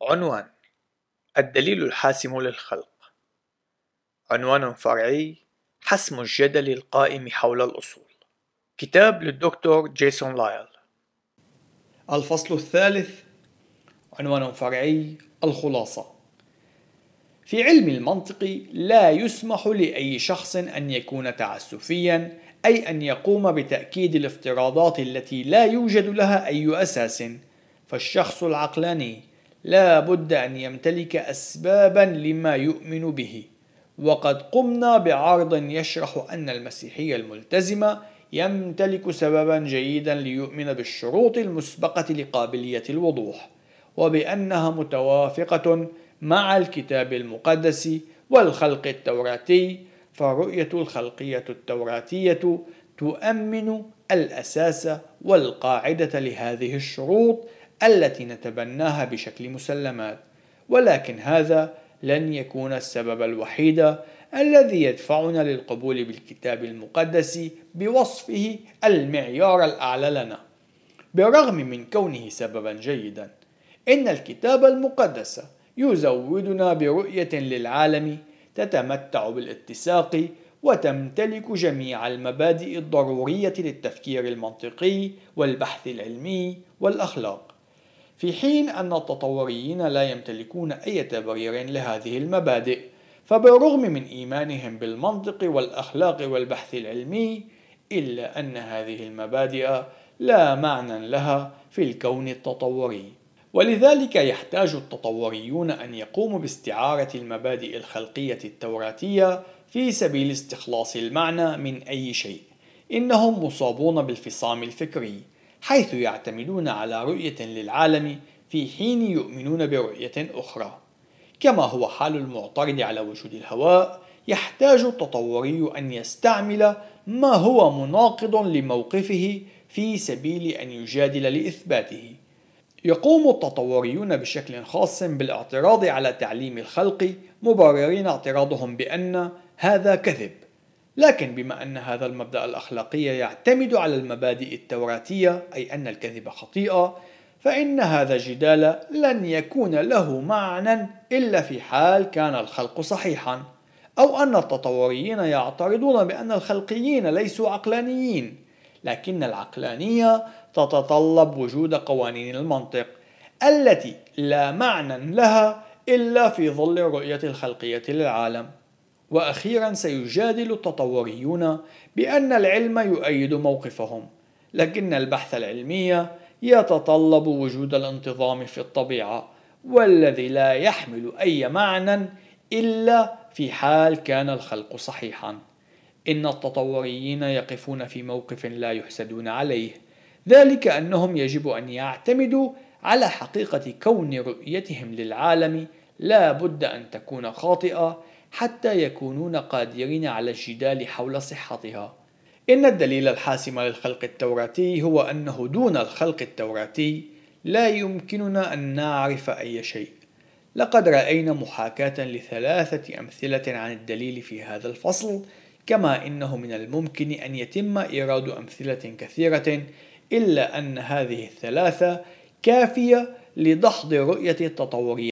عنوان: الدليل الحاسم للخلق. عنوان فرعي: حسم الجدل القائم حول الأصول. كتاب للدكتور جيسون لايل. الفصل الثالث. عنوان فرعي: الخلاصة. في علم المنطق لا يسمح لأي شخص أن يكون تعسفيا، أي أن يقوم بتأكيد الافتراضات التي لا يوجد لها أي أساس. فالشخص العقلاني لا بد أن يمتلك أسبابا لما يؤمن به، وقد قمنا بعرض يشرح أن المسيحي الملتزم يمتلك سببا جيدا ليؤمن بالشروط المسبقة لقابلية الوضوح، وبأنها متوافقة مع الكتاب المقدس والخلق التوراتي. فالرؤية الخلقية التوراتية تؤمن الأساس والقاعدة لهذه الشروط التي نتبناها بشكل مسلمات، ولكن هذا لن يكون السبب الوحيد الذي يدفعنا للقبول بالكتاب المقدس بوصفه المعيار الأعلى لنا. بالرغم من كونه سببا جيدا، إن الكتاب المقدس يزودنا برؤية للعالم تتمتع بالاتساق وتمتلك جميع المبادئ الضرورية للتفكير المنطقي والبحث العلمي والأخلاق، في حين أن التطوريين لا يمتلكون أي تبرير لهذه المبادئ. فبالرغم من إيمانهم بالمنطق والأخلاق والبحث العلمي، إلا أن هذه المبادئ لا معنى لها في الكون التطوري، ولذلك يحتاج التطوريون أن يقوموا باستعارة المبادئ الخلقية التوراتية في سبيل استخلاص المعنى من أي شيء. إنهم مصابون بالفصام الفكري، حيث يعتمدون على رؤية للعالم في حين يؤمنون برؤية أخرى. كما هو حال المعترض على وجود الهواء، يحتاج التطوري أن يستعمل ما هو مناقض لموقفه في سبيل أن يجادل لإثباته. يقوم التطوريون بشكل خاص بالاعتراض على تعليم الخلق، مبررين اعتراضهم بأن هذا كذب. لكن بما أن هذا المبدأ الأخلاقي يعتمد على المبادئ التوراتية، أي أن الكذب خطيئة، فإن هذا الجدال لن يكون له معنى إلا في حال كان الخلق صحيحا، أو أن التطوريين يعترضون بأن الخلقيين ليسوا عقلانيين، لكن العقلانية تتطلب وجود قوانين المنطق التي لا معنى لها إلا في ظل الرؤية الخلقية للعالم. وأخيرا سيجادل التطوريون بأن العلم يؤيد موقفهم، لكن البحث العلمي يتطلب وجود الانتظام في الطبيعة، والذي لا يحمل أي معنى إلا في حال كان الخلق صحيحا. إن التطوريين يقفون في موقف لا يحسدون عليه، ذلك أنهم يجب أن يعتمدوا على حقيقة كون رؤيتهم للعالم لا بد أن تكون خاطئة حتى يكونون قادرين على الجدال حول صحتها. إن الدليل الحاسم للخلق التوراتي هو أنه دون الخلق التوراتي لا يمكننا أن نعرف أي شيء. لقد رأينا محاكاة ل3 أمثلة عن الدليل في هذا الفصل، كما إنه من الممكن أن يتم إيراد أمثلة كثيرة، إلا أن هذه ال3 كافية لدحض رؤية التطورية